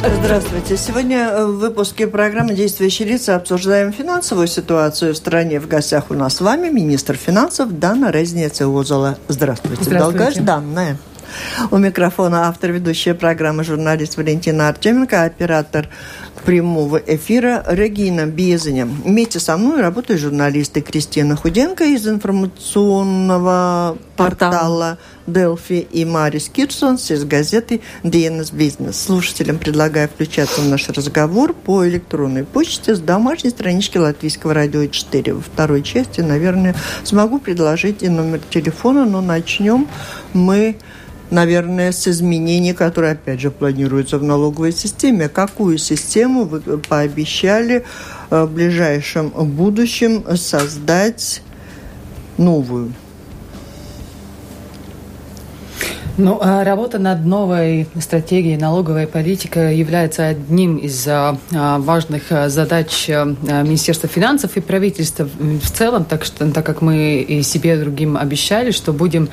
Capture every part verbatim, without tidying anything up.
Здравствуйте. Сегодня в выпуске программы «Действующие лица» обсуждаем финансовую ситуацию в стране. В гостях у нас с вами министр финансов Дана Резница-Озола. Здравствуйте. Здравствуйте. Долгожданная. У микрофона автор ведущей программы журналист Валентина Артеменко, оператор прямого эфира Регина Безеня. Вместе со мной работают журналисты Кристина Худенко из информационного портала Делфи и Марис Кирсонс из газеты ди эн эс Business. Слушателям предлагаю включаться в наш разговор по электронной почте с домашней странички Латвийского радио четыре. Во второй части, наверное, смогу предложить и номер телефона, но начнем мы, наверное, с изменений, которые, опять же, планируются в налоговой системе. Какую систему вы пообещали в ближайшем будущем создать новую? Ну, работа над новой стратегией налоговой политики является одним из важных задач Министерства финансов и правительства в целом, так, что, так как мы и себе и другим обещали, что будем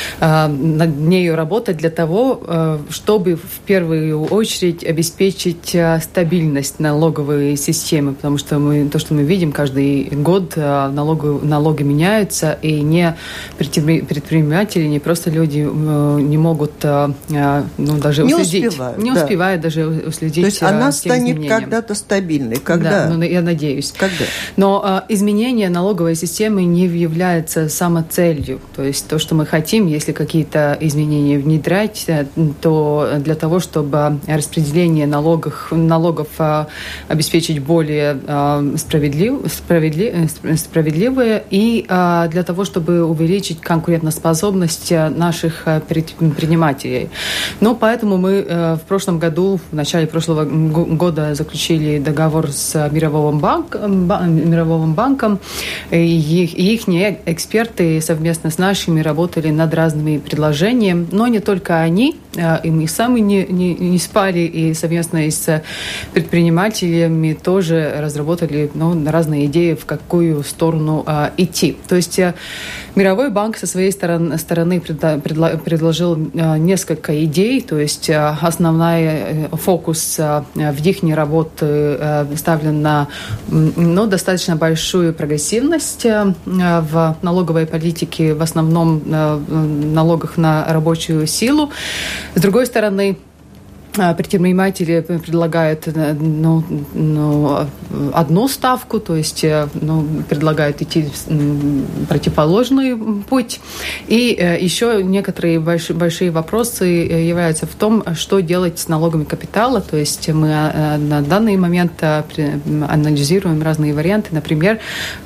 над нею работать для того, чтобы в первую очередь обеспечить стабильность налоговой системы, потому что мы, то, что мы видим каждый год, налоги, налоги меняются, и не предприниматели, не просто люди не могут ну, даже не уследить. Успевают, не да. успевают даже уследить. То есть она станет изменениям. Когда-то стабильной. Когда? Да, ну, я надеюсь. Когда? Но а, изменение налоговой системы не является самоцелью. То есть то, что мы хотим, если какие-то изменения внедрять, то для того, чтобы распределение налогов, налогов а, обеспечить более а, справедлив, справедлив, справедливое и а, для того, чтобы увеличить конкурентоспособность наших предприятий, предпринимателей. Ну, поэтому мы э, в прошлом году, в начале прошлого года заключили договор с Мировым банком, Мировым банком, и их, и их эксперты совместно с нашими работали над разными предложениями, но не только они, э, и мы сами не, не, не спали, и совместно с предпринимателями тоже разработали ну, разные идеи, в какую сторону э, идти. То есть э, Мировой банк со своей стороны, стороны предла, предложил несколько идей, то есть основной фокус в их работе ставлен на ну, достаточно большую прогрессивность в налоговой политике, в основном налогах на рабочую силу. С другой стороны, предприниматели предлагают ну, ну, одну ставку, то есть ну, предлагают идти противоположный путь. И еще некоторые большие, большие вопросы являются в том, что делать с налогами капитала. То есть мы на данный момент анализируем разные варианты, например,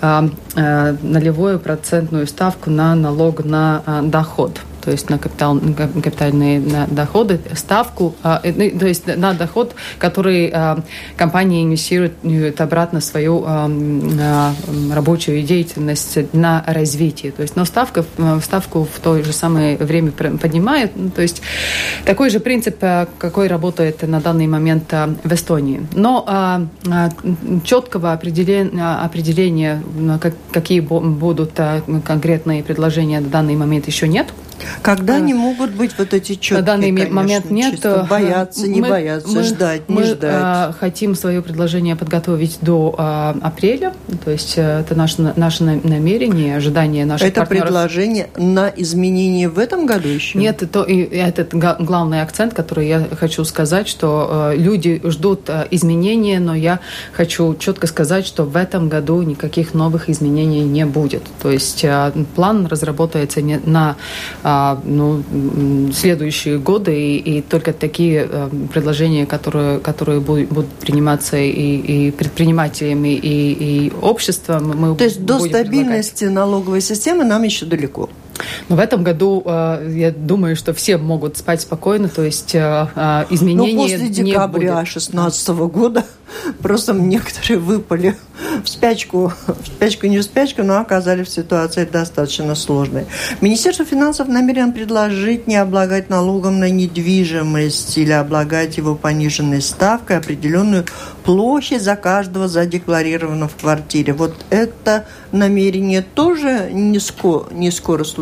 нулевую процентную ставку на налог на доход. То есть на, капитал, на капитальные на доходы, ставку, э, то есть на доход, который э, компания инвестирует обратно в свою э, э, рабочую деятельность на развитие. То есть, но ставка, ставку в то же самое время поднимает. То есть такой же принцип, какой работает на данный момент в Эстонии. Но э, четкого определения, определения как, какие будут конкретные предложения на данный момент еще нет. Когда они могут быть вот эти четкие, на данный конечно, момент нет. Бояться, не мы, бояться, мы, ждать, не мы, ждать. Мы хотим свое предложение подготовить до а, апреля. То есть это наше, наше намерение, ожидание наших это партнеров. Это предложение на изменение в этом году еще? Нет, это, и, это главный акцент, который я хочу сказать, что э, люди ждут э, изменения, но я хочу четко сказать, что в этом году никаких новых изменений не будет. То есть э, план разработается не на э, ну, следующие годы, и, и только такие э, предложения, которые, которые будут, будут приниматься и, и предпринимателями, и, и обществом, мы То есть до стабильности предлагать. Налоговой системы нам еще далеко? Но в этом году, я думаю, что все могут спать спокойно, то есть изменений не будет. Но после декабря две тысячи шестнадцатого года просто некоторые выпали в спячку, в спячку не в спячку, но оказались в ситуации достаточно сложной. Министерство финансов намерено предложить не облагать налогом на недвижимость или облагать его пониженной ставкой определенную площадь за каждого задекларированного в квартире. Вот это намерение тоже не скоро, не скоро случится.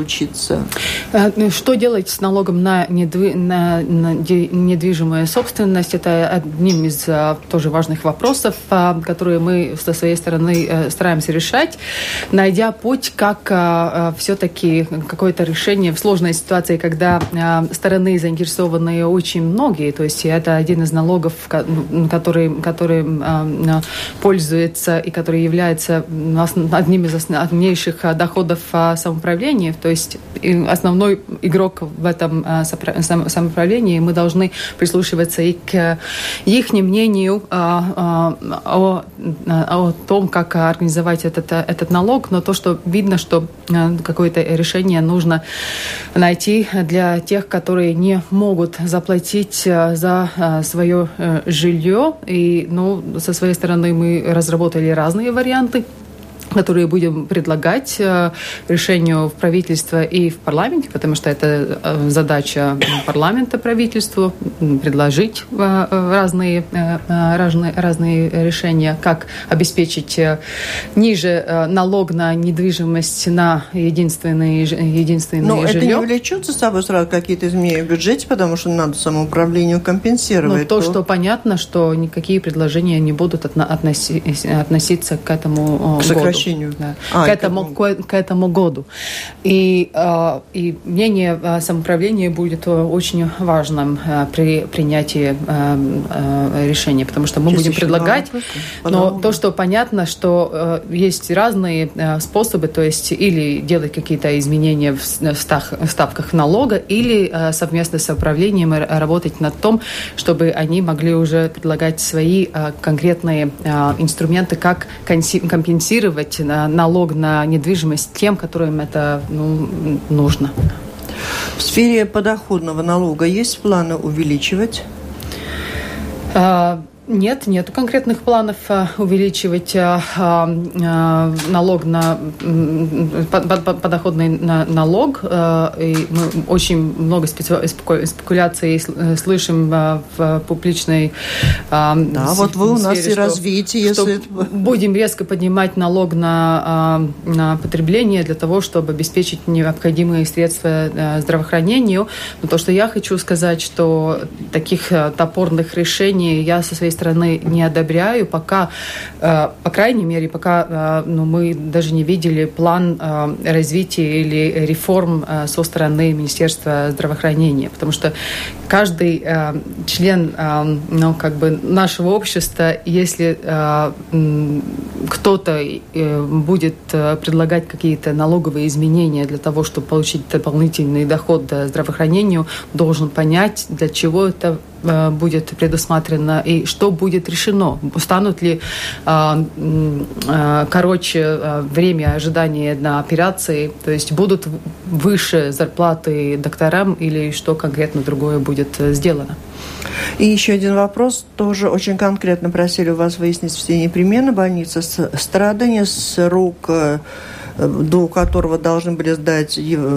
случится? Что делать с налогом на, недви... на, на недвижимую собственность? Это одним из тоже важных вопросов, которые мы со своей стороны стараемся решать, найдя путь, как все-таки какое-то решение в сложной ситуации, когда стороны заинтересованные очень многие, то есть это один из налогов, который, который пользуется и который является одним из основнейших доходов самоуправления, то есть основной игрок в этом самоуправлении, мы должны прислушиваться и к их мнению о, о, о том, как организовать этот, этот налог, но то, что видно, что какое-то решение нужно найти для тех, которые не могут заплатить за свое жилье. И, ну, со своей стороны мы разработали разные варианты, которые будем предлагать э, решению в правительстве и в парламенте, потому что это э, задача парламента правительству предложить э, разные, э, разные, разные решения, как обеспечить э, ниже э, налог на недвижимость на единственное, единственное Но жилье. Это не влечет за собой сразу какие-то изменения в бюджете, потому что надо самоуправлению компенсировать. Но то, то, что понятно, что никакие предложения не будут относи, относиться к этому к году. Да. А, к, этому, к, к этому году. И, э, и мнение самоуправления будет очень важным э, при принятии э, э, решения, потому что мы Здесь будем предлагать, но то, что понятно, что э, есть разные э, способы, то есть или делать какие-то изменения в, в, став, в ставках налога, или э, совместно с управлением работать над том, чтобы они могли уже предлагать свои э, конкретные э, инструменты, как компенсировать налог на недвижимость тем, которым это ну, нужно. В сфере подоходного налога есть планы увеличивать? Нет, нет конкретных планов увеличивать налог на подоходный налог. И мы очень много спекуляций слышим в публичной да, сфере. Вот вы у нас сфере, и развитие. Если... Будем резко поднимать налог на, на потребление для того, чтобы обеспечить необходимые средства здравоохранению. Но то, что я хочу сказать, что таких топорных решений я со своей стороны не одобряю, пока, по крайней мере, пока ну, мы даже не видели план развития или реформ со стороны Министерства здравоохранения, потому что каждый член ну, как бы нашего общества, если кто-то будет предлагать какие-то налоговые изменения для того, чтобы получить дополнительный доход здравоохранению, должен понять, для чего это будет предусмотрено и что будет решено. Станут ли э, э, короче э, время ожидания на операции, то есть будут выше зарплаты докторам или что конкретно другое будет сделано. И еще один вопрос, тоже очень конкретно просили у вас выяснить все непременно. Больница Страдания, срок до которого должны были сдать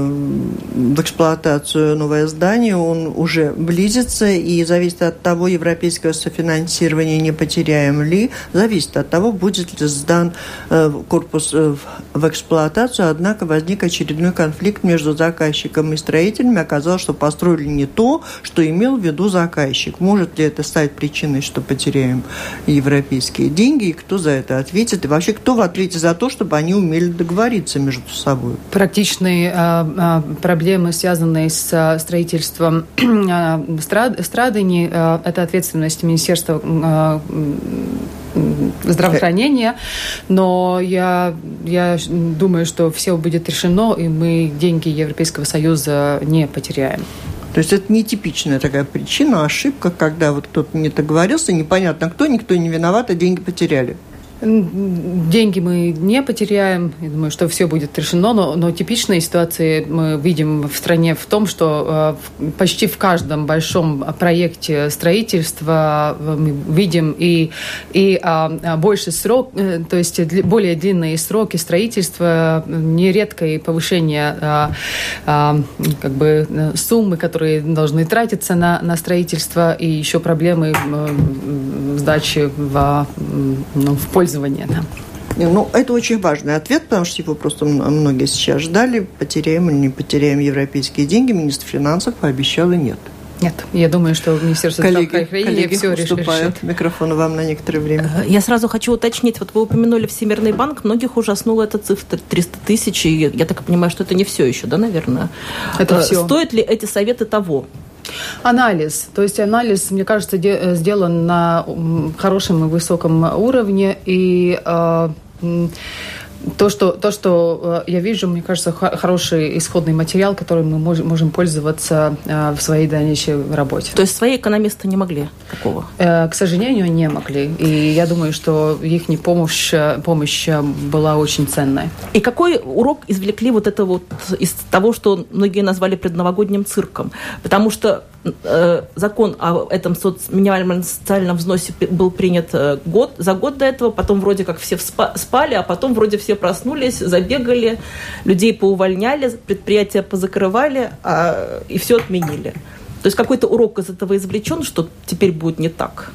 в эксплуатацию новое здание, он уже близится, и зависит от того, европейского софинансирования не потеряем ли, зависит от того, будет ли сдан корпус в эксплуатацию, однако возник очередной конфликт между заказчиком и строителями, оказалось, что построили не то, что имел в виду заказчик. Может ли это стать причиной, что потеряем европейские деньги, и кто за это ответит, и вообще кто в ответе за то, чтобы они умели договориться между собой? Практичные э, проблемы, связанные с строительством э, Страдани, э, это ответственность Министерства э, здравоохранения, но я, я думаю, что все будет решено, и мы деньги Европейского Союза не потеряем. То есть это нетипичная такая причина, ошибка, когда вот кто-то не договорился, непонятно кто, никто не виноват, а деньги потеряли. Деньги мы не потеряем, я думаю, что все будет решено, но, но типичные ситуации мы видим в стране в том, что э, почти в каждом большом проекте строительства мы видим и, и э, больше срок, э, то есть более длинные сроки строительства, нередко и повышение э, э, как бы суммы, которые должны тратиться на, на строительство, и еще проблемы э, сдачи в, ну, в пользование. Да. Ну, это очень важный ответ, потому что его просто многие сейчас ждали. Потеряем или не потеряем европейские деньги. Министр финансов пообещал и нет. Нет, я думаю, что Министерство здравоохранения все решит. Микрофон вам на некоторое время. Я сразу хочу уточнить. Вот вы упомянули Всемирный банк. Многих ужаснула эта цифра триста тысяч. И я так понимаю, что это не все еще, да, наверное? Это все. Стоят ли эти советы того? Анализ. То есть анализ, мне кажется, де- сделан на хорошем и высоком уровне. И э, то, что, то, что я вижу, мне кажется, хороший исходный материал, которым мы можем, можем пользоваться в своей дальнейшей работе. То есть свои экономисты не могли такого? К сожалению, не могли. И я думаю, что их помощь, помощь была очень ценной. И какой урок извлекли вот это вот из того, что многие назвали предновогодним цирком? Потому что э, закон о этом соц... минимальном социальном взносе был принят год, за год до этого, потом вроде как все спали, а потом вроде все проснулись, забегали, людей поувольняли, предприятия позакрывали, а, и все отменили. То есть какой-то урок из этого извлечен, что теперь будет не так?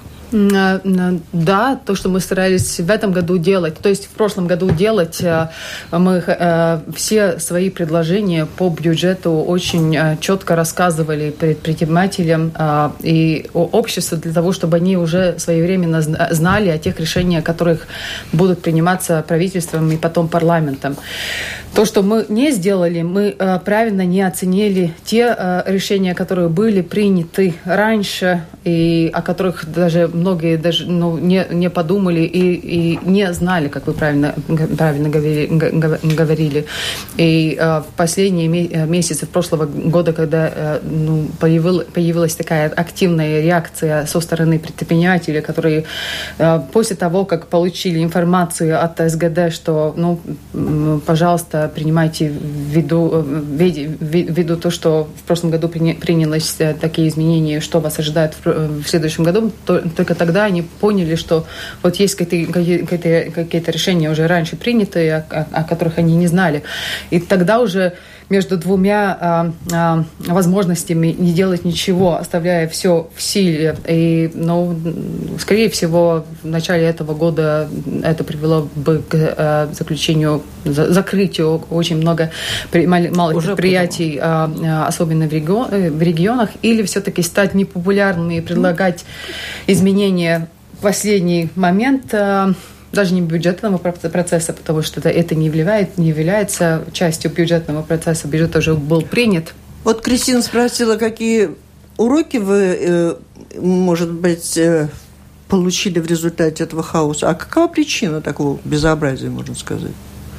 Да, то, что мы старались в этом году делать, то есть в прошлом году делать, мы все свои предложения по бюджету очень четко рассказывали предпринимателям и обществу для того, чтобы они уже своевременно знали о тех решениях, которых будут приниматься правительством и потом парламентом. То, что мы не сделали, мы правильно не оценили те решения, которые были приняты раньше и о которых даже многие даже ну, не, не подумали и, и не знали, как вы правильно, правильно говорили. И э, в последние месяцы прошлого года, когда э, ну, появил, появилась такая активная реакция со стороны предпринимателей, которые э, после того, как получили информацию от СГД, что, ну, пожалуйста, принимайте в виду, в виду то, что в прошлом году принялось такие изменения, что вас ожидает в, в следующем году, то, только тогда они поняли, что вот есть какие-то, какие-то, какие-то решения уже раньше принятые, о, о которых они не знали. И тогда уже между двумя а, а, возможностями не делать ничего, оставляя все в силе. И, ну, скорее всего, в начале этого года это привело бы к а, заключению, за, закрытию очень много при, малых Уже предприятий, а, особенно в, регион, в регионах, или все-таки стать непопулярными и предлагать изменения в последний момент, а, даже не бюджетного процесса, потому что это, это не, является, не является частью бюджетного процесса. Бюджет уже был принят. Вот Кристина спросила, какие уроки вы, может быть, получили в результате этого хаоса. А какова причина такого безобразия, можно сказать?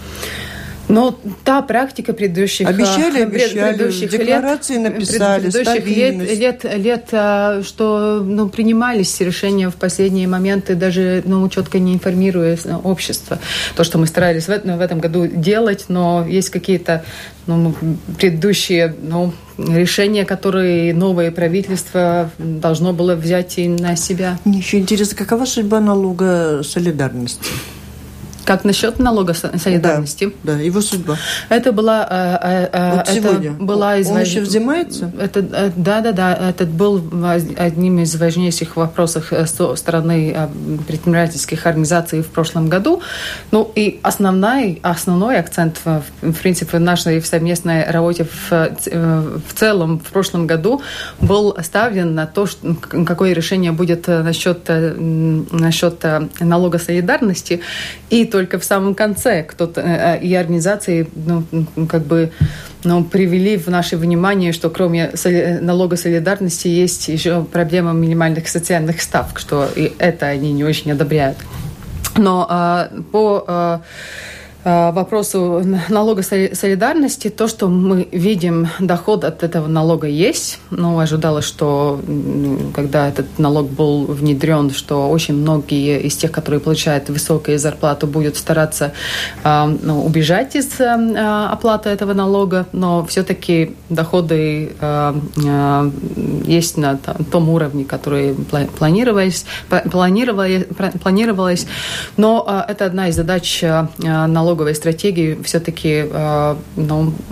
Но та практика предыдущих, обещали, обещали, предыдущих декларации лет, написали, предыдущих лет, лет, лет, что ну, принимались решения в последние моменты, даже ну, четко не информируя общество. То, что мы старались в этом, в этом году делать, но есть какие-то ну, предыдущие ну, решения, которые новое правительство должно было взять и на себя. Мне еще интересно, какова судьба налога солидарности? Как насчет налога солидарности? Да, да, его судьба. Это была... Э, вот это сегодня. Была из Он важ... еще взимается? Это, да, да, да. Это был одним из важнейших вопросов со стороны предпринимательских организаций в прошлом году. Ну и основной, основной акцент, в, в принципе, в нашей совместной работе в, в целом в прошлом году был оставлен на то, что, какое решение будет насчет, насчет налога солидарности. И только в самом конце кто-то и организации ну, как бы ну, привели в наше внимание, что кроме соли, налога солидарности есть еще проблема минимальных социальных ставок, что и это они не очень одобряют. Но а, по а, вопросу налога солидарности, то, что мы видим, доход от этого налога есть. Ну, ожидалось, что когда этот налог был внедрен, что очень многие из тех, которые получают высокую зарплату, будут стараться э, ну, убежать из э, оплаты этого налога, но все-таки доходы э, э, есть на том уровне, который планировалось, планировалось, планировалось. Но э, это одна из задач э, налога налоговой стратегии все-таки э, ну,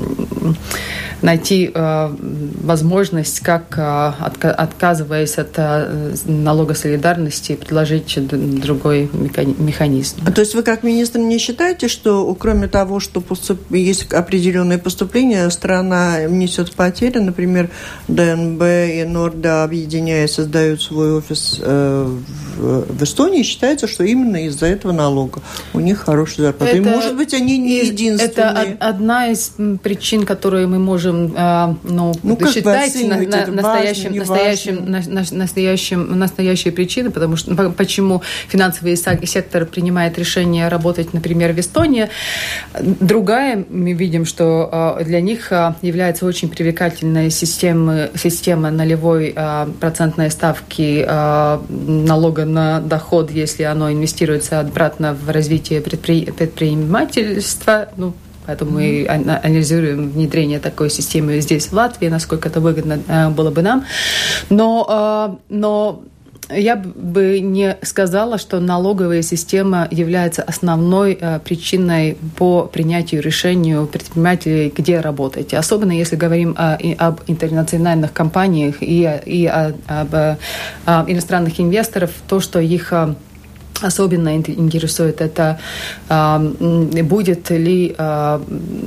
найти возможность, как, отказываясь от налога солидарности, предложить другой механизм. То есть вы как министр не считаете, что кроме того, что поступ... есть определенные поступления, страна несет потери, например, ДНБ и Норда, объединяясь, создают свой офис э, в, в Эстонии, считается, что именно из-за этого налога у них хорошая зарплата. Это, и, может быть, они не единственные. Это одна из причин, которые мы можем ну, ну, считать на, на, настоящим, важно, настоящим, на, на, настоящим, настоящей причиной, потому что почему финансовый сектор принимает решение работать, например, в Эстонии. Другая, мы видим, что для них является очень привлекательной система, система нулевой процентной ставки налога на доход, если оно инвестируется обратно в развитие предпри... предпринимательства. Ну, Поэтому мы анализируем внедрение такой системы здесь, в Латвии, насколько это выгодно было бы нам. Но, но я бы не сказала, что налоговая система является основной причиной по принятию решения предпринимателей, где работать. Особенно если говорим о, об интернациональных компаниях и, и о, об, об иностранных инвесторах, то, что их особенно интересует, это э, будет ли э,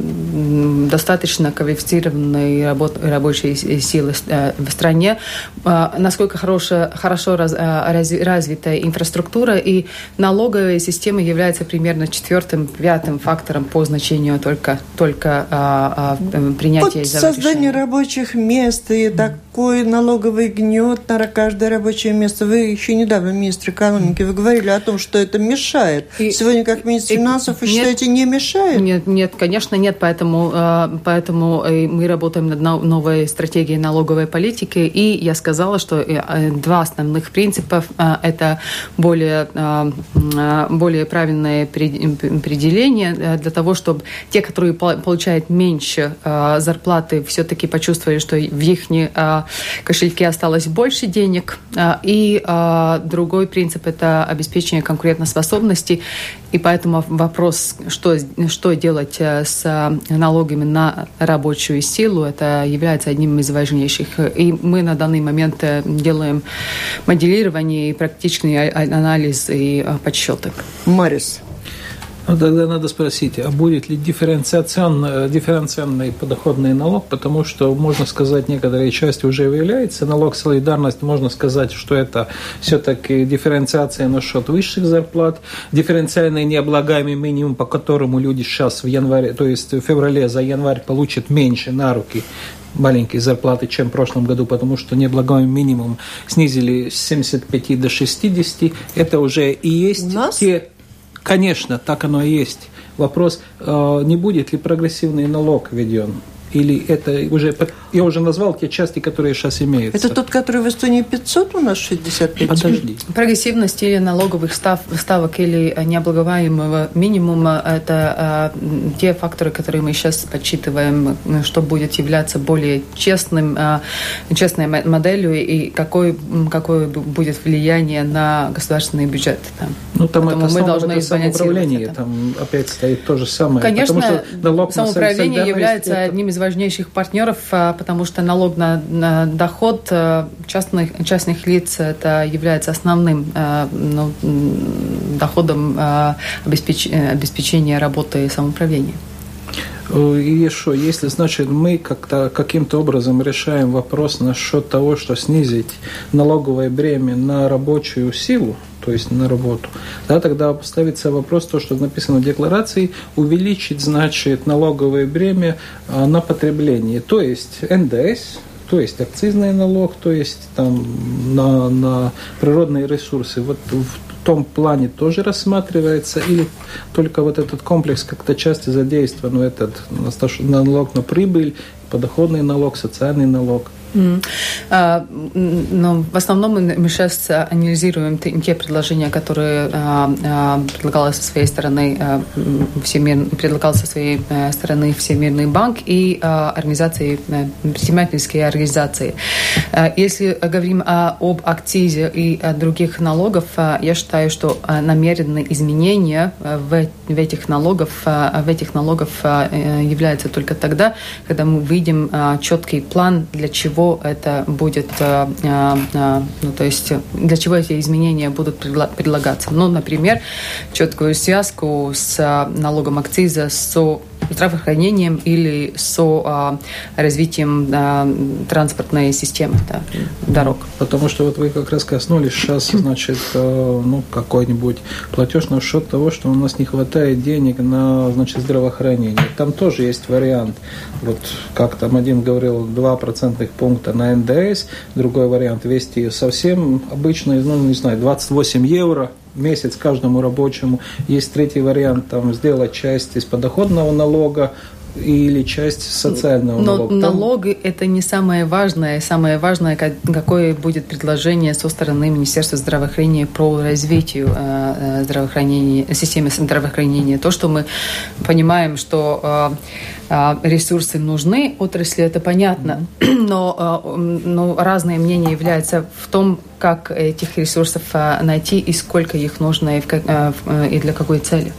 достаточно квалифицированной работ, рабочей силы э, в стране, э, насколько хорошая, хорошо раз, раз, развитая инфраструктура, и налоговая система является примерно четвертым, пятым фактором по значению только, только э, э, принятия вот создание решения. Рабочих мест и mm. такой налоговый гнет на каждое рабочее место. Вы еще недавно министр экономики, вы говорили о том, что это мешает. И, Сегодня, как министр и, финансов, вы нет, считаете, не мешает? Нет, нет, конечно, нет. Поэтому, поэтому мы работаем над новой стратегией налоговой политики. И я сказала, что два основных принципа – это более, более правильное определение для того, чтобы те, которые получают меньше зарплаты, все-таки почувствовали, что в их кошельке осталось больше денег. И другой принцип – это обеспечение конкурентоспособности. И поэтому вопрос, что, что делать с налогами на рабочую силу, это является одним из важнейших. И мы на данный момент делаем моделирование и практичный анализ и подсчеты. Марис. Ну, тогда надо спросить, а будет ли дифференциационный, дифференциальный подоходный налог, потому что, можно сказать, некоторые части уже является. Налог солидарности, можно сказать, что это все-таки дифференциация на счет высших зарплат, дифференциальный необлагаемый минимум, по которому люди сейчас в январе, то есть в феврале за январь получат меньше на руки маленькие зарплаты, чем в прошлом году, потому что необлагаемый минимум снизили с семидесяти пяти до шестидесяти. Это уже и есть те... Конечно, так оно и есть. Вопрос, не будет ли прогрессивный налог введен? Или это уже... Я уже назвал те части, которые сейчас имеются. Это тот, который в Эстонии пятьсот, у нас шестьдесят пять? Подожди. Прогрессивность или налоговых став, ставок или необлагаемого минимума – это э, те факторы, которые мы сейчас подсчитываем, что будет являться более честным, э, честной моделью и какое, какое будет влияние на государственный бюджет. Да. Ну, там это, мы должны это самоуправление, это. Там опять стоит то же самое. Конечно, самоуправление является это... одним из важнейших партнеров, потому что налог на, на доход частных, частных лиц это является основным ну, доходом обеспеч, обеспечения работы самоуправления. И что, если, значит, мы как-то, каким-то образом решаем вопрос насчет того, что снизить налоговое бремя на рабочую силу, то есть на работу, да, тогда поставится вопрос, то, что написано в декларации, увеличить, значит, налоговое бремя на потребление, то есть эн дэ эс, то есть акцизный налог, то есть там на, на природные ресурсы. Вот в том плане тоже рассматривается, или только вот этот комплекс как-то часто задействован, ну, этот налог на прибыль, подоходный налог, социальный налог? Mm. Uh, но в основном мы сейчас анализируем те предложения, которые uh, uh, предлагал со своей стороны uh, Всемир, предлагал со своей uh, стороны Всемирный банк и uh, организации, uh, предпринимательские организации. Uh, если говорим uh, об акцизе и uh, других налогов, uh, я считаю, что uh, намеренные изменения uh, в, в этих налогов, uh, в этих налогов uh, являются только тогда, когда мы видим uh, четкий план, для чего это будет, ну, то есть для чего эти изменения будут предлагаться. Ну, например, четкую связку с налогом акциза со здравоохранением или со а, развитием а, транспортной системы, да, дорог. Потому что вот вы как раз коснулись сейчас, значит, ну, какой-нибудь платеж на счет того, что у нас не хватает денег на, значит, здравоохранение. Там тоже есть вариант. Вот как там один говорил, два процентных пункта на эн дэ эс, другой вариант ввести совсем обычный, ну, не знаю, двадцать восемь евро в месяц каждому рабочему. Есть третий вариант, там, сделать часть из подоходного налога или часть социального Но налога. налоги – это не самое важное. Самое важное, какое будет предложение со стороны Министерства здравоохранения по развитию э, здравоохранения, системы здравоохранения. То, что мы понимаем, что э, ресурсы нужны отрасли, это понятно. Но, э, но разные мнения являются в том, как этих ресурсов э, найти и сколько их нужно и, в, э, и для какой цели.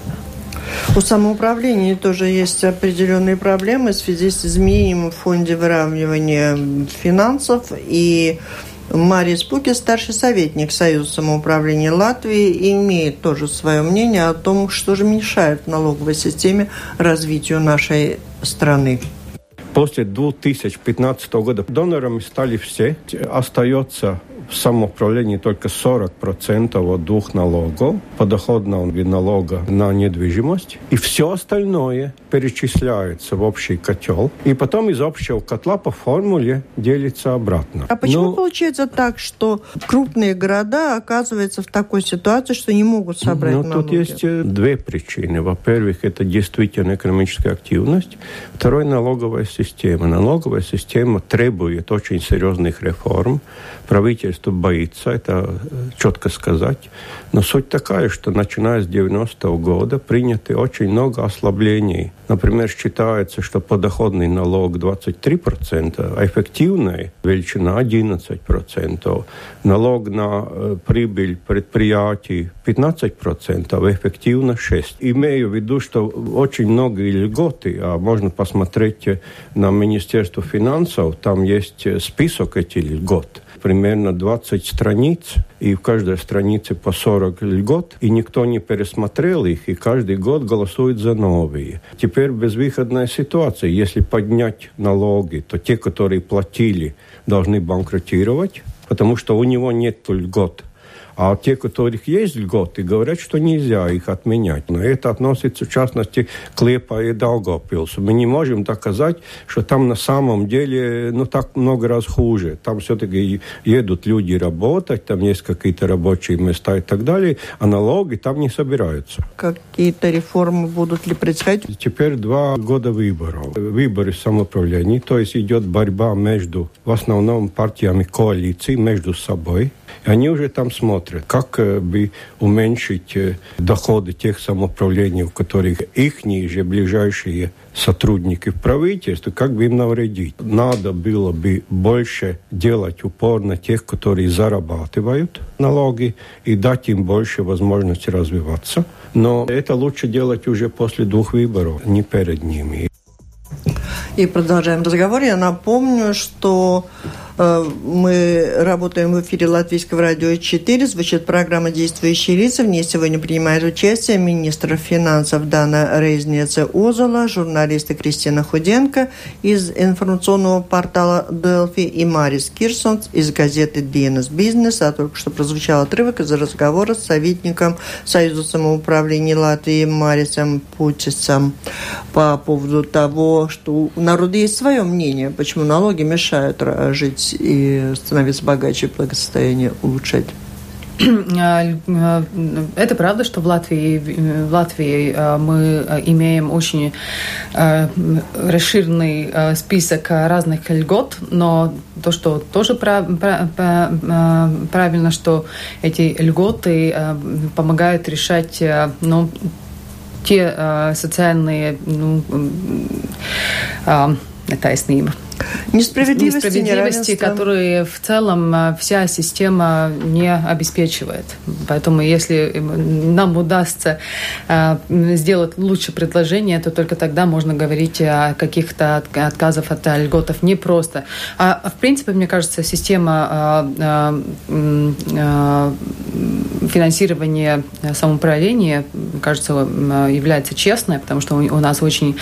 У самоуправления тоже есть определенные проблемы в связи с изменением в фонде выравнивания финансов. И Марис Пукис, старший советник Союза самоуправления Латвии, имеет тоже свое мнение о том, что же мешает налоговой системе развитию нашей страны. После две тысячи пятнадцатого года донорами стали все. Остается в самоуправлении только сорок процентов от двух налогов, подоходного налога на недвижимость. И все остальное перечисляется в общий котел. И потом из общего котла по формуле делится обратно. А почему Но... получается так, что крупные города оказываются в такой ситуации, что не могут собрать ну, налоги? Тут есть две причины. Во-первых, это действительно экономическая активность. Второе, налоговая система. Налоговая система требует очень серьезных реформ. Правительство боится, это четко сказать. Но суть такая, что начиная с девяностого года принято очень много ослаблений. Например, считается, что подоходный налог двадцать три процента, а эффективная величина одиннадцать процентов. Налог на э, прибыль предприятий пятнадцать процентов, а эффективно шесть процентов. Имею в виду, что очень много льготы, а можно посмотреть на Министерство финансов, там есть список этих льгот. Примерно двадцать страниц, и в каждой странице по сорок льгот, и никто не пересмотрел их, и каждый год голосует за новые. Теперь безвыходная ситуация. Если поднять налоги, то те, которые платили, должны банкротировать, потому что у него нет льгот. А те, у которых есть льготы, говорят, что нельзя их отменять. Но это относится, в частности, к Лиепае и Даугавпилсу. Мы не можем доказать, что там на самом деле ну, так много раз хуже. Там все-таки едут люди работать, там есть какие-то рабочие места и так далее, а налоги там не собираются. Какие-то реформы будут ли происходить? Теперь два года выборов. Выборы самоуправления, то есть идет борьба между, в основном, партиями коалиции, между собой. И они уже там смотрят, как бы уменьшить доходы тех самоуправлений, у которых ихние же ближайшие сотрудники в правительстве, как бы им навредить. Надо было бы больше делать упор на тех, которые зарабатывают налоги, и дать им больше возможности развиваться. Но это лучше делать уже после двух выборов, не перед ними. И продолжаем разговор. Я напомню, что э, мы работаем в эфире Латвийского радио четыре. Звучит программа «Действующие лица». В ней сегодня принимает участие министр финансов Дана Рейзнеце-Озола, журналисты Кристина Худенко из информационного портала Делфи и Марис Кирсонс из газеты «Dienas Business». А только что прозвучал отрывок из разговора с советником Союза самоуправления Латвии Марисом Пукисом по поводу того, что у народа есть свое мнение, почему налоги мешают жить и становиться богаче, благосостояние улучшать. Это правда, что в Латвии, в Латвии мы имеем очень расширенный список разных льгот, но то, что тоже правильно, что эти льготы помогают решать, ну, те социальные, ну, taisnība. Несправедливости, несправедливости, которые в целом вся система не обеспечивает. Поэтому если нам удастся сделать лучшее предложение, то только тогда можно говорить о каких-то отказах от льготов. Не просто. А в принципе, мне кажется, система финансирования самоуправления, кажется, является честной, потому что у нас очень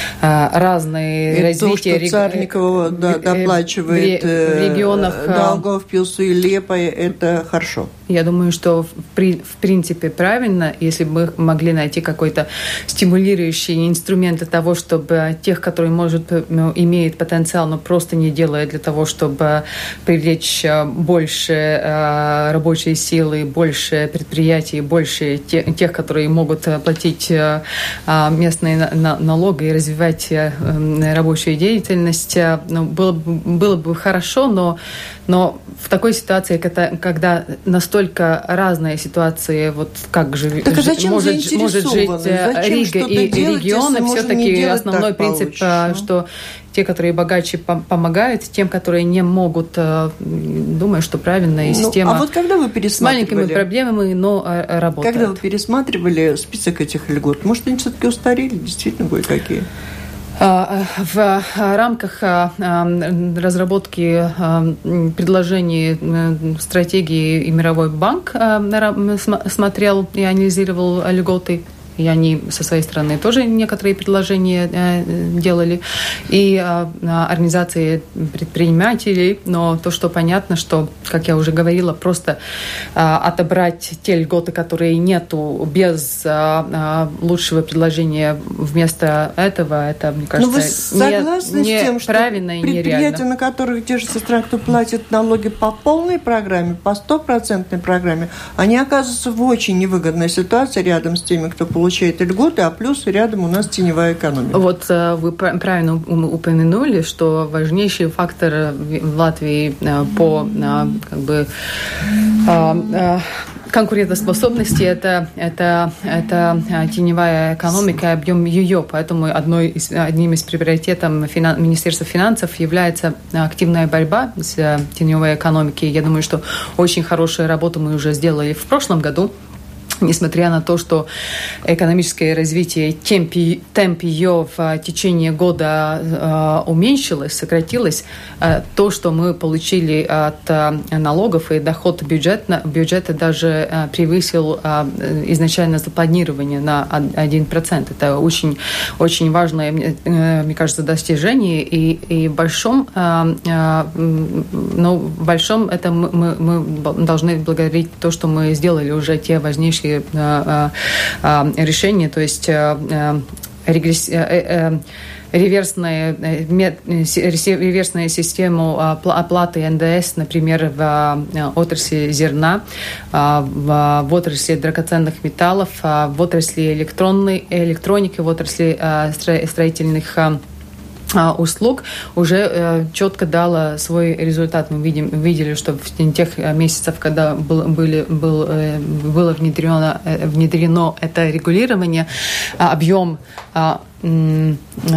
разные и развития. То, что Царникова да, доплачивает в, в регионах Даугавпилсу и Лепое, это хорошо. Я думаю, что в, при, в принципе правильно, если бы мы могли найти какой-то стимулирующий инструмент для того, чтобы тех, которые, может, ну, имеют потенциал, но просто не делают для того, чтобы привлечь больше э, рабочей силы, больше предприятий, больше те, тех, которые могут платить э, местные на, налоги и развивать э, рабочую деятельность. Ну, было, было бы хорошо, но, но в такой ситуации, когда, когда настолько разные ситуации, вот как же так, а зачем может, может жить Рига и, и регионы, все-таки основной принцип, получишь, что те, которые богаче, помогают тем, которые не могут. Думаю, что правильная система. Ну, а вот когда вы пересматривали... С маленькими проблемами, но работает. Когда вы пересматривали список этих льгот, может, они все-таки устарели, действительно, кое-какие? В рамках разработки предложений стратегии и Мировой банк смотрел и анализировал льготы. И они со своей стороны тоже некоторые предложения э, делали. И э, организации предпринимателей. Но то, что понятно, что, как я уже говорила, просто э, отобрать те льготы, которые нету, без э, э, лучшего предложения вместо этого, это, мне кажется, Но вы согласны не, не с тем, что правильно и нереально. Предприятия, на которых держится страх, кто платит налоги по полной программе, по стопроцентной программе, они оказываются в очень невыгодной ситуации рядом с теми, кто получает получает льготы, а плюс рядом у нас теневая экономика. Вот вы правильно упомянули, что важнейший фактор в Латвии по как бы конкурентоспособности это, это, это теневая экономика, объем ее. Поэтому одной из, одним из приоритетов финан, Министерства финансов является активная борьба с теневой экономикой. Я думаю, что очень хорошую работу мы уже сделали в прошлом году. Несмотря на то, что экономическое развитие, темп, темп ее в течение года э, уменьшилось, сократилось, э, то, что мы получили от э, налогов и доход бюджета, бюджета даже э, превысил э, изначально запланирование на один процент. Это очень, очень важное, э, мне кажется, достижение. И, и в большом, э, э, ну, в большом это мы, мы должны благодарить то, что мы сделали уже те важнейшие решения, то есть регресс... реверсная, реверсная система оплаты эн дэ эс, например, в отрасли зерна, в отрасли драгоценных металлов, в отрасли электронной, электроники, в отрасли строительных услуг уже э, четко дала свой результат. Мы видим, видели, что в тех месяцах, когда был, были, был, э, было внедрено, э, внедрено это регулирование, э, объем э, э,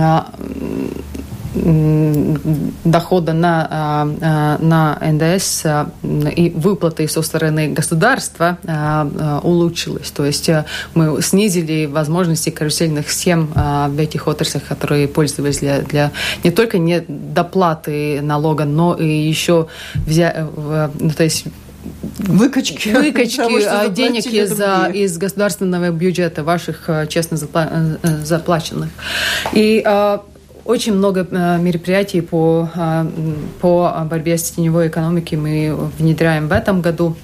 дохода на, на эн дэ эс и выплаты со стороны государства улучшилось. То есть мы снизили возможности карусельных схем в этих отраслях, которые пользовались для, для не только недоплаты налога, но и еще взять, ну, то есть Выкачки, Выкачки того, денег из, из государственного бюджета, ваших честно запла- заплаченных. И очень много мероприятий по, по борьбе с теневой экономикой мы внедряем в этом году.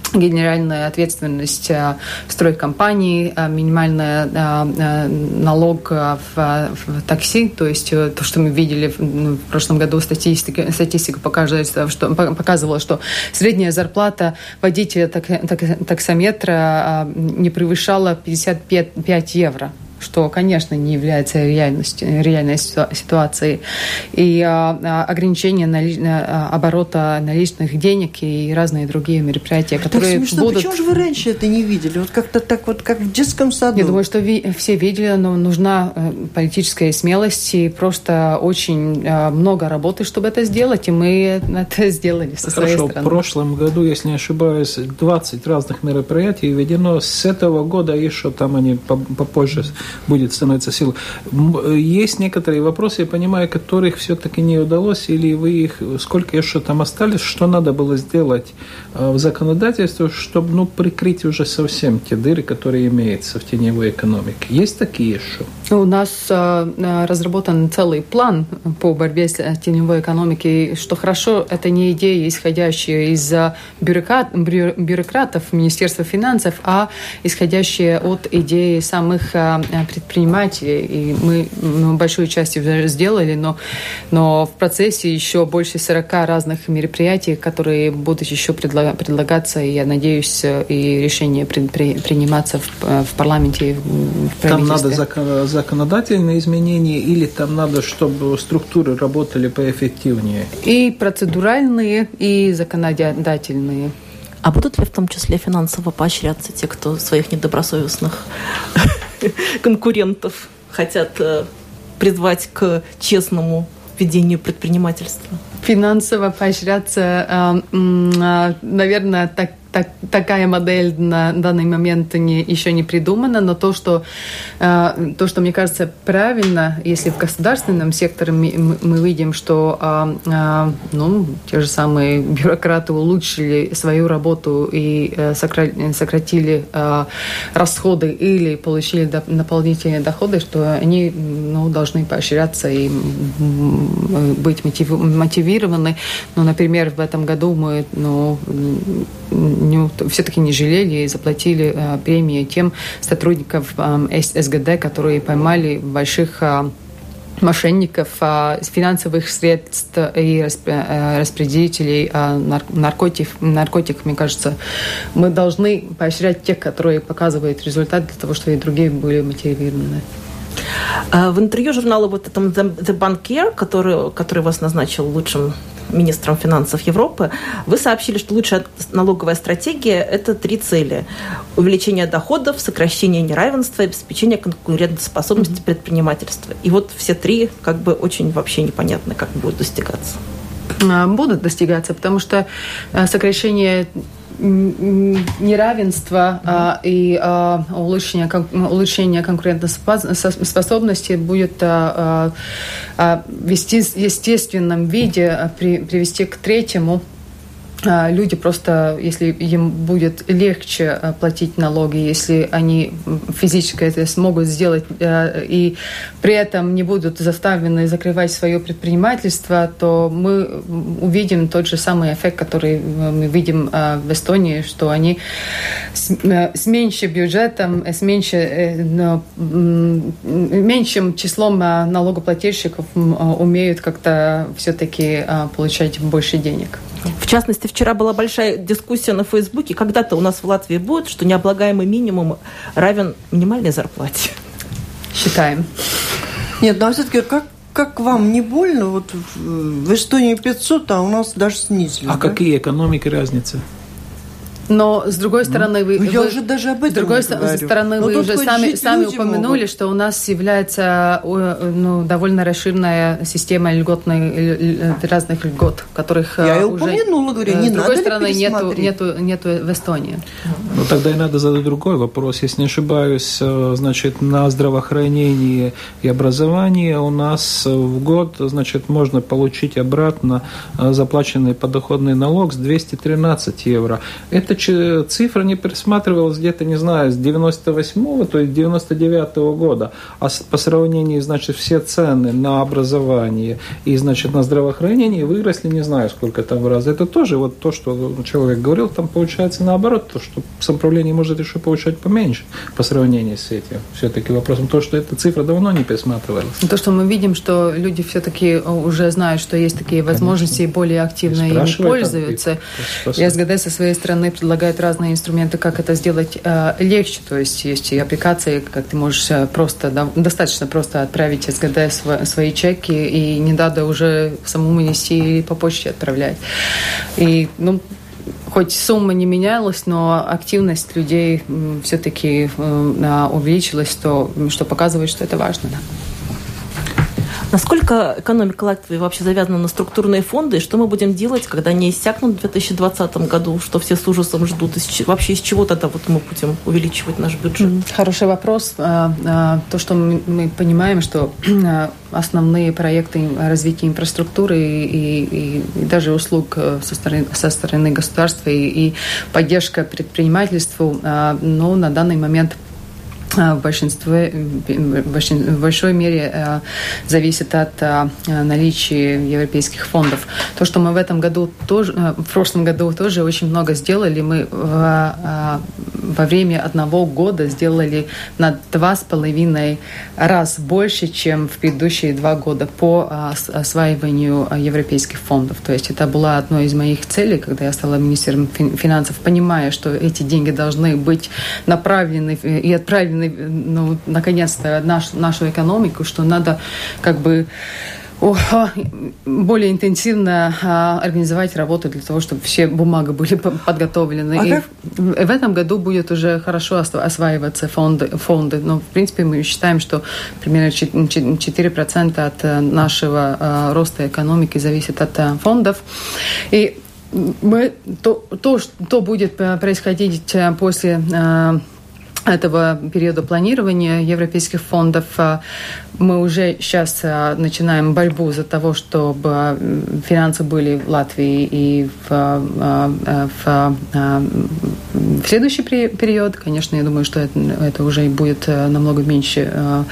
генеральная ответственность стройкомпании, минимальный налог в, в такси, то есть то, что мы видели в прошлом году, статистика, статистика показывает, что, показывала, что средняя зарплата водителя так, так, таксометра не превышала пятьдесят пять евро. Что, конечно, не является реальностью, реальной ситуацией. И а, ограничение нали... оборота наличных денег и разные другие мероприятия, которые так смешно. будут... Почему же вы раньше это не видели? Вот как-то так вот, как в детском саду. Я думаю, что ви... все видели, но нужна политическая смелость и просто очень много работы, чтобы это сделать, и мы это сделали со своей Хорошо, стороны. В прошлом году, если не ошибаюсь, двадцать разных мероприятий введено. С этого года еще там они попозже будет становиться силой. Есть некоторые вопросы, я понимаю, которых все-таки не удалось, или вы их, сколько еще там остались, что надо было сделать в законодательстве, чтобы ну, прикрыть уже совсем те дыры, которые имеются в теневой экономике. Есть такие еще? У нас э, разработан целый план по борьбе с теневой экономикой. Что хорошо, это не идея, исходящая из бюрократ, бюрократов Министерства финансов, а исходящая от идеи самых э, предпринимателей. И мы ну, большую часть уже сделали, но, но в процессе еще больше сорока разных мероприятий, которые будут еще предлаг, предлагаться, и я надеюсь, и решения при, при, приниматься в, в парламенте и в правительстве. Там надо закон, законодательные изменения или там надо, чтобы структуры работали поэффективнее? И процедуральные, и законодательные. А будут ли в том числе финансово поощряться те, кто своих недобросовестных конкурентов хотят призвать к честному ведению предпринимательства? Финансово поощряться, наверное, так. Так, такая модель на данный момент не, еще не придумана, но то что, э, то, что мне кажется правильно, если в государственном секторе мы, мы видим, что э, э, ну, те же самые бюрократы улучшили свою работу и э, сократили э, расходы или получили дополнительные доходы, что они ну, должны поощряться и быть мотивированы. Ну, например, в этом году мы ну, Не, все-таки не жалели и заплатили а, премии тем сотрудникам а, СГД, которые поймали больших а, мошенников, а, финансовых средств и распри, распределителей а, наркотиков. наркотиков. Мне кажется, мы должны поощрять тех, которые показывают результат, для того, чтобы и другие были мотивированы. В интервью журналу вот этом The Bankier, который, который вас назначил лучшим министром финансов Европы, вы сообщили, что лучшая налоговая стратегия – это три цели. Увеличение доходов, сокращение неравенства и обеспечение конкурентоспособности mm-hmm. предпринимательства. И вот все три как бы очень вообще непонятно, как будут достигаться. Будут достигаться, потому что сокращение неравенство а, и а, улучшение, улучшение конкурентоспособности будет а, а, вести в естественном виде, а, при, привести к третьему. Люди просто, если им будет легче платить налоги, если они физически это смогут сделать и при этом не будут заставлены закрывать свое предпринимательство, то мы увидим тот же самый эффект, который мы видим в Эстонии, что они с меньшим бюджетом, с меньше, меньшим числом налогоплательщиков умеют как-то все-таки получать больше денег. В частности, вчера была большая дискуссия на Фейсбуке. Когда-то у нас в Латвии будет, что необлагаемый минимум равен минимальной зарплате. Считаем. Нет, ну а все-таки как, как вам не больно? Вот в Эстонии пятьсот, а у нас даже снизили. А да? Какие экономики разницы? Но, с другой стороны, вы, я вы, уже даже об этом с другой говорю. стороны, Но вы уже сами, сами упомянули, могут. Что у нас является ну, довольно расширенная система льготной, разных льгот, которых я уже... Я упомянула, говорю, не с надо. С другой стороны, нету, нету, нету в Эстонии. Ну, тогда и надо задать другой вопрос. Если не ошибаюсь, значит, на здравоохранение и образование у нас в год, значит, можно получить обратно заплаченный подоходный налог с двести тринадцать евро. Это эта цифра не пересматривалась где-то, не знаю, с девяносто восьмого, то есть девяносто девятого года, а по сравнению, значит, все цены на образование и, значит, на здравоохранение выросли, не знаю, сколько там в раз. Это тоже вот то, что человек говорил, там получается наоборот, то, что самоуправление может еще получать поменьше по сравнению с этим. Все-таки вопросом то, что эта цифра давно не пересматривалась. То, что мы видим, что люди все-таки уже знают, что есть такие возможности, конечно, и более активно ими пользуются. И СГД со своей стороны предлагает разные инструменты, как это сделать э, легче. То есть есть и аппликации, как ты можешь просто, да, достаточно просто отправить СГД св- свои чеки, и не надо уже самому нести по почте отправлять. И, ну, хоть сумма не менялась, но активность людей все-таки э, увеличилась, то, что показывает, что это важно. Да. Насколько экономика Латвии вообще завязана на структурные фонды, и что мы будем делать, когда они иссякнут в две тысячи двадцатом году, что все с ужасом ждут? Вообще из чего тогда вот мы будем увеличивать наш бюджет? Хороший вопрос. То, что мы понимаем, что основные проекты развития инфраструктуры и, и, и даже услуг со стороны, со стороны государства и, и поддержка предпринимательству, но на данный момент в большинстве, в большой мере зависит от наличия европейских фондов. То, что мы в этом году тоже, в прошлом году тоже очень много сделали, мы во время одного года сделали на два с половиной раз больше, чем в предыдущие два года по осваиванию европейских фондов. То есть это была одной из моих целей, когда я стала министром финансов, понимая, что эти деньги должны быть направлены и отправлены, ну, наконец-то, наш, нашу экономику, что надо как бы более интенсивно а, организовать работу для того, чтобы все бумаги были подготовлены. А и в, в этом году будет уже хорошо осваиваться фонды, фонды. Но, в принципе, мы считаем, что примерно четыре процента от нашего а, роста экономики зависит от а, фондов. И мы, то, то, что будет происходить после а, этого периода планирования европейских фондов, мы уже сейчас начинаем борьбу за того, чтобы финансы были в Латвии и в, в, в следующий период. Конечно, я думаю, что это, это уже будет намного меньше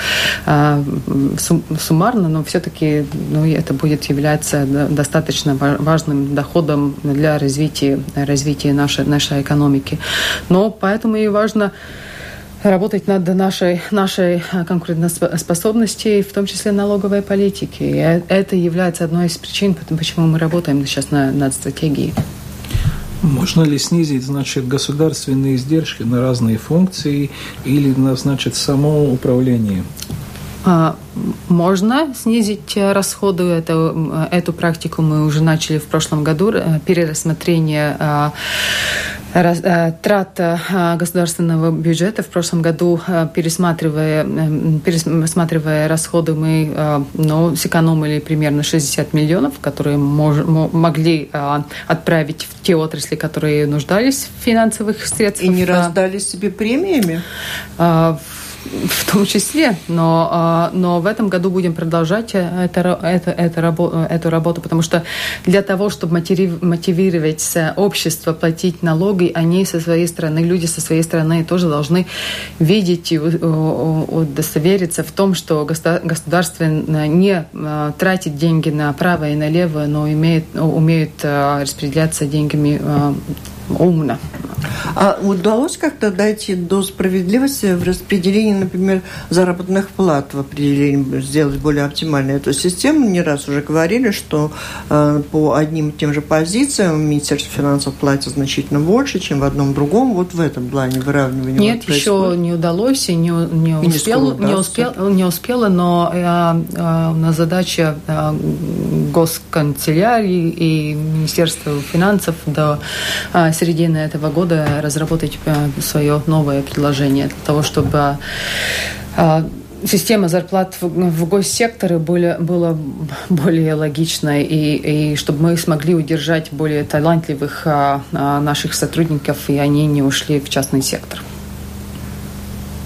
суммарно, но все-таки, ну, это будет являться достаточно важным доходом для развития, развития нашей, нашей экономики. Но поэтому и важно работать над нашей, нашей конкурентоспособностью, в том числе налоговой политики. И это является одной из причин, почему мы работаем сейчас на, над стратегией. Можно ли снизить, значит, государственные издержки на разные функции или на, значит, само управление? Можно снизить расходы. Это, эту практику мы уже начали в прошлом году. Перерассмотрение трат государственного бюджета. В прошлом году, пересматривая, пересматривая расходы, мы, ну, сэкономили примерно шестьдесят миллионов, которые мож, могли отправить в те отрасли, которые нуждались в финансовых средствах. И не раздали себе премиями? В том числе, но, но в этом году будем продолжать это, это, это, эту работу, потому что для того, чтобы мотивировать общество платить налоги, они со своей стороны, люди со своей стороны тоже должны видеть и удостовериться в том, что государство не тратит деньги направо и налево, но умеет, умеет распределяться деньгами умно. А удалось как-то дойти до справедливости в распределении, например, заработных плат, в определении, сделать более оптимальной эту систему? Не раз уже говорили, что э, по одним и тем же позициям Министерство финансов платит значительно больше, чем в одном другом. Вот в этом плане выравнивания. Нет, вот еще не удалось и не, не, и успел, не, успел, не успела, но э, э, у нас задача э, госканцелярии и Министерства финансов до э, середины этого года разработать свое новое предложение для того, чтобы система зарплат в госсекторе была, была более логичной и, и чтобы мы смогли удержать более талантливых наших сотрудников, и они не ушли в частный сектор.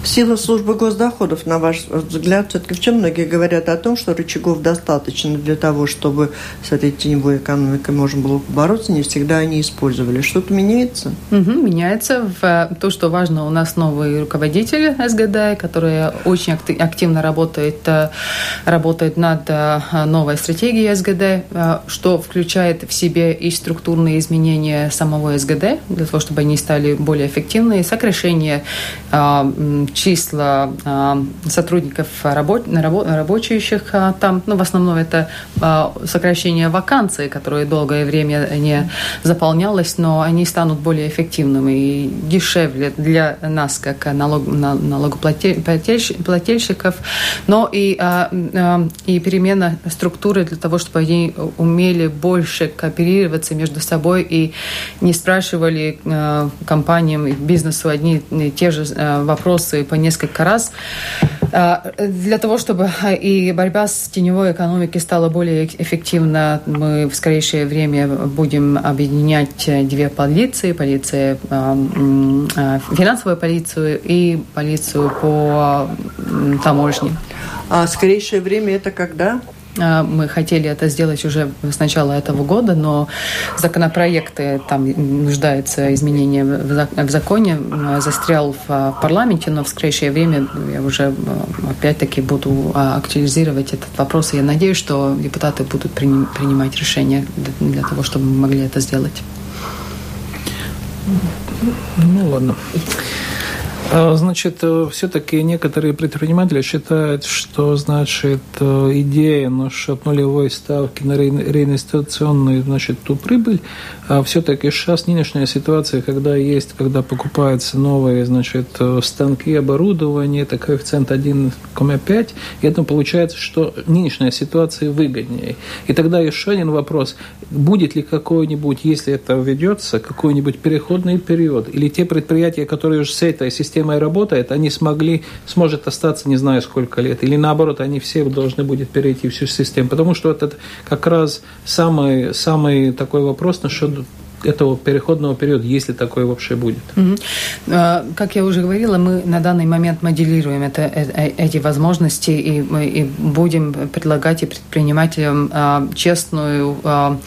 Сила службы госдоходов, на ваш взгляд, все-таки в чем многие говорят о том, что рычагов достаточно для того, чтобы с этой теневой экономикой можно было бороться, не всегда они использовали. Что-то меняется? Угу, меняется. В то, что важно, у нас новый руководитель СГД, который очень активно работает, работает над новой стратегией СГД, что включает в себе и структурные изменения самого СГД, для того, чтобы они стали более эффективны, сокращение числа э, сотрудников рабо- рабо- рабочих э, там, ну, в основном это э, сокращение вакансий, которые долгое время не заполнялось, но они станут более эффективными и дешевле для нас, как налог, налогоплательщиков, но и, э, э, и перемена структуры для того, чтобы они умели больше кооперироваться между собой и не спрашивали э, компаниям и бизнесу одни и те же э, вопросы по несколько раз, для того, чтобы и борьба с теневой экономикой стала более эффективна. Мы в скорейшее время будем объединять две полиции, полиция, финансовую полицию и полицию по таможне. А скорейшее время это когда? Мы хотели это сделать уже с начала этого года, но законопроекты, там нуждаются изменения в законе, застрял в парламенте, но в скорейшее время я уже опять-таки буду актуализировать этот вопрос, и я надеюсь, что депутаты будут принимать решения для того, чтобы мы могли это сделать. Ну, ладно. Значит, все-таки некоторые предприниматели считают, что, значит, идея насчет нулевой ставки на реинвестиционную, значит, ту прибыль, а все-таки сейчас нынешняя ситуация, когда есть, когда покупаются новые, значит, станки, оборудование, это коэффициент один целых пять, и это получается, что нынешняя ситуация выгоднее. И тогда еще один вопрос, будет ли какой-нибудь, если это введется, какой-нибудь переходный период, или те предприятия, которые уже с этой системой работает, они смогли, сможет остаться не знаю сколько лет, или наоборот, они все должны будут перейти всю систему, потому что это как раз самый, самый такой вопрос насчет этого переходного периода, если такое вообще будет. Mm-hmm. Как я уже говорила, мы на данный момент моделируем это, эти возможности и, и будем предлагать и предпринимателям честную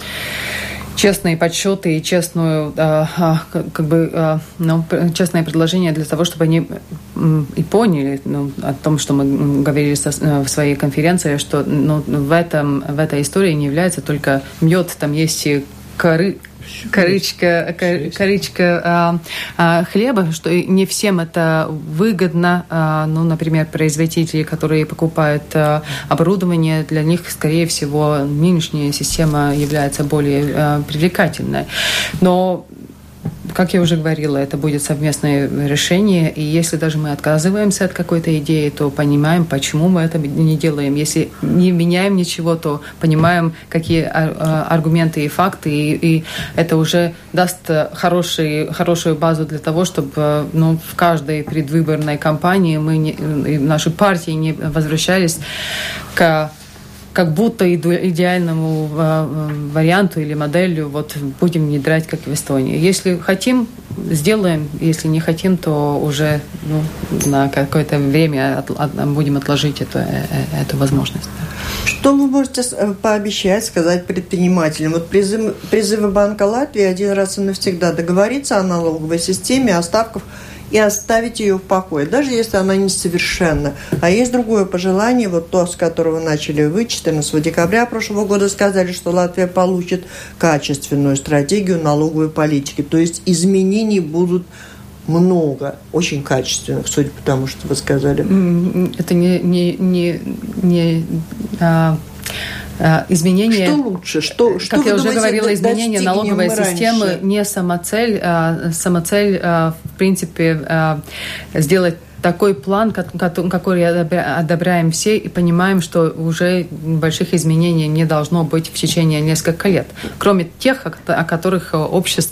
честные подсчеты и честную, как бы, ну, честное предложение для того, чтобы они и поняли, ну, о том, что мы говорили в своей конференции, что, ну, в, этом, в этой истории не является только мед, там есть и коры, корычка, корычка а, а, хлеба, что не всем это выгодно. А, ну, например, производители, которые покупают а, оборудование, для них, скорее всего, нынешняя система является более а, привлекательной. Но, как я уже говорила, это будет совместное решение, и если даже мы отказываемся от какой-то идеи, то понимаем, почему мы это не делаем. Если не меняем ничего, то понимаем, какие аргументы и факты, и, и это уже даст хороший, хорошую базу для того, чтобы, ну, в каждой предвыборной кампании мы не, наши партии не возвращались к как будто идеальному варианту или моделью, вот будем внедрять, как в Эстонии. Если хотим, сделаем, если не хотим, то уже, ну, на какое-то время от, от, будем отложить эту, эту возможность. Что вы можете пообещать, сказать предпринимателям? Вот призыв, призывы Банка Латвии один раз и навсегда договориться о налоговой системе, о ставках и оставить ее в покое, даже если она несовершенна. А есть другое пожелание, вот то, с которого начали вы, четырнадцатого декабря прошлого года сказали, что Латвия получит качественную стратегию налоговой политики. То есть изменений будут много, очень качественных, судя по тому, что вы сказали. Это не... не, не, не а... Изменение, что лучше? Что, что как я уже думаете, говорила, изменение налоговой системы раньше? Не самоцель, а самоцель, в принципе, сделать такой план, какой одобряем все, и понимаем, что уже больших изменений не должно быть в течение нескольких лет, кроме тех, о которых общество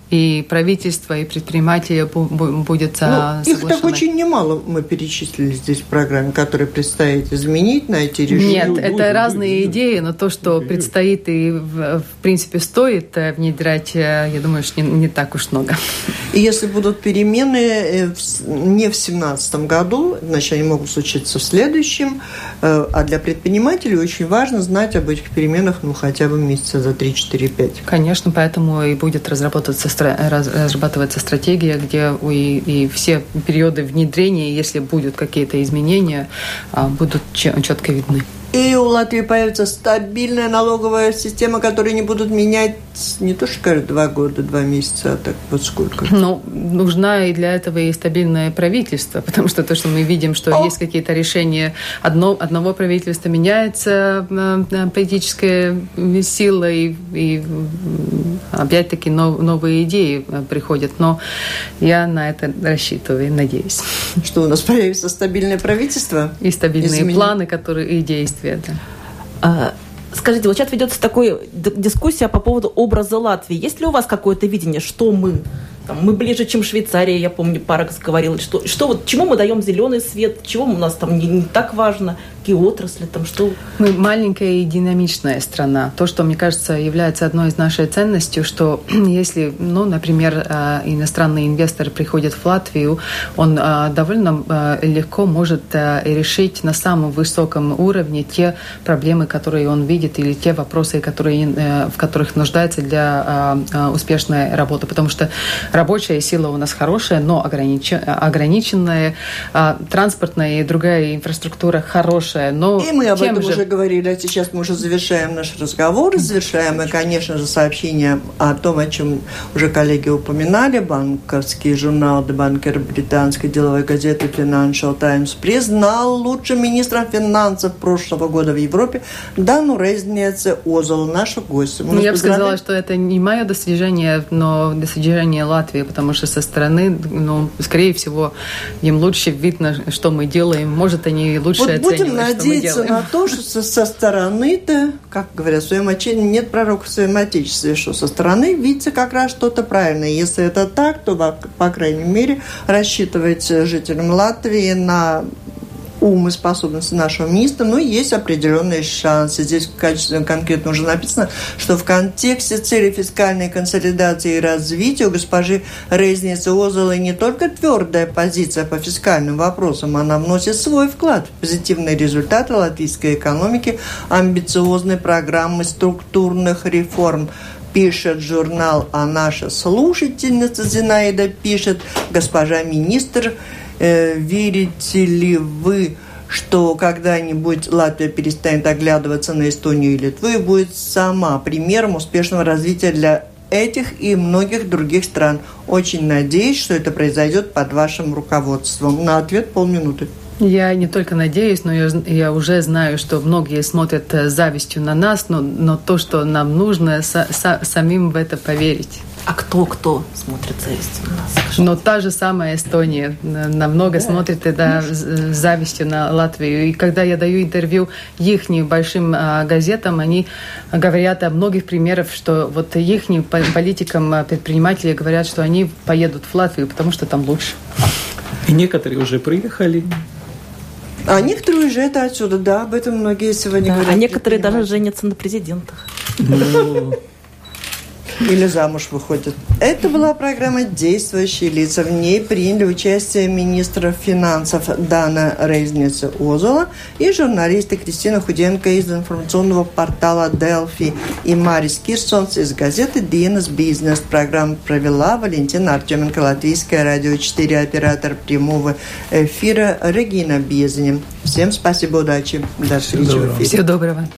и правительство, и предприниматели будет ну, их так очень немало мы перечислили здесь в программе, которые предстоит изменить, найти решение. Нет, ну, это будет, разные будет, идеи, но то, что будет. предстоит и, в, в принципе, стоит внедрять, я думаю, что не, не так уж много. И если будут перемены не в семнадцатом году, значит, они могут случиться в следующем, а для предпринимателей очень важно знать об этих переменах, ну, хотя бы месяца за три-четыре-пять. Конечно, поэтому и будет разработаться разрабатывается стратегия, где и, и все периоды внедрения, если будут какие-то изменения, будут четко видны. И у Латвии появится стабильная налоговая система, которую не будут менять не то что каждые два года, два месяца, а так вот сколько. Ну, нужна и для этого и стабильное правительство, потому что то, что мы видим, что О. есть какие-то решения одно, одного правительства, меняется э, политическая сила, и, и опять-таки нов, новые идеи приходят. Но я на это рассчитываю и надеюсь. Что у нас появится стабильное правительство? И стабильные Изменим. планы, которые и действия. А, скажите, вот сейчас ведется такая дискуссия по поводу образа Латвии. Есть ли у вас какое-то видение, что мы? Там, мы ближе, чем Швейцария, я помню, Паракс говорил, что, что вот, чему мы даем зеленый свет, чего у нас там не, не так важно, какие отрасли, там, что... Мы маленькая и динамичная страна. То, что, мне кажется, является одной из нашей ценностей, что если, ну, например, иностранный инвестор приходит в Латвию, он довольно легко может решить на самом высоком уровне те проблемы, которые он видит, или те вопросы, которые, в которых нуждается для успешной работы. Потому что рабочая сила у нас хорошая, но ограниченная, транспортная и другая инфраструктура хорошая. Но и мы об этом же... уже говорили, а сейчас мы уже завершаем наш разговор, завершаем и, конечно же, сообщение о том, о чем уже коллеги упоминали. Банковский журнал «The Banker» британской деловой газеты Financial Times признал лучшим министром финансов прошлого года в Европе Дану Рейзнице Озолу, нашу гостью. Ну, я бы сказала, что это не мое достижение, но достижение Латвии, потому что со стороны, ну, скорее всего, им лучше видно, что мы делаем. Может, они лучше вот оценивают, надеяться на то, что со, со стороны-то, как говорят, в своем отечестве нет пророка в своем отечестве, что со стороны видится как раз что-то правильное. Если это так, то, по, по крайней мере, рассчитывать жителям Латвии на ум и способности нашего министра, но есть определенные шансы. Здесь в качестве конкретно уже написано, что в контексте цели фискальной консолидации и развития у госпожи Рейзницы Озолы не только твердая позиция по фискальным вопросам, она вносит свой вклад в позитивные результаты латвийской экономики, амбициозной программы структурных реформ. Пишет журнал, а наша слушательница Зинаида пишет: госпожа министр, э, верите ли вы, что когда-нибудь Латвия перестанет оглядываться на Эстонию и Литву и будет сама примером успешного развития для этих и многих других стран? Очень надеюсь, что это произойдет под вашим руководством. На ответ полминуты. Я не только надеюсь, но я, я уже знаю, что многие смотрят с завистью на нас, но, но то, что нам нужно, са, са, самим в это поверить. А кто-кто смотрит с завистью на нас? Скажите. Но та же самая Эстония намного да. смотрит и, да, с завистью на Латвию. И когда я даю интервью их большим а, газетам, они говорят о многих примерах, что вот их политикам, предприниматели говорят, что они поедут в Латвию, потому что там лучше. И некоторые уже приехали. А некоторые уезжают отсюда, да, об этом многие сегодня да, говорят. А некоторые даже женятся на президентах. Или замуж выходят. Это была программа «Действующие лица». В ней приняли участие министр финансов Дана Рейзница Озола и журналисты Кристина Худенко из информационного портала «Делфи» и Марис Кирсонс из газеты «Dienas Business». Программу провела Валентина Артеменко, Латвийское радио четыре, оператор прямого эфира Регина Безенин. Всем спасибо, удачи. До встречи в эфире. Всего доброго.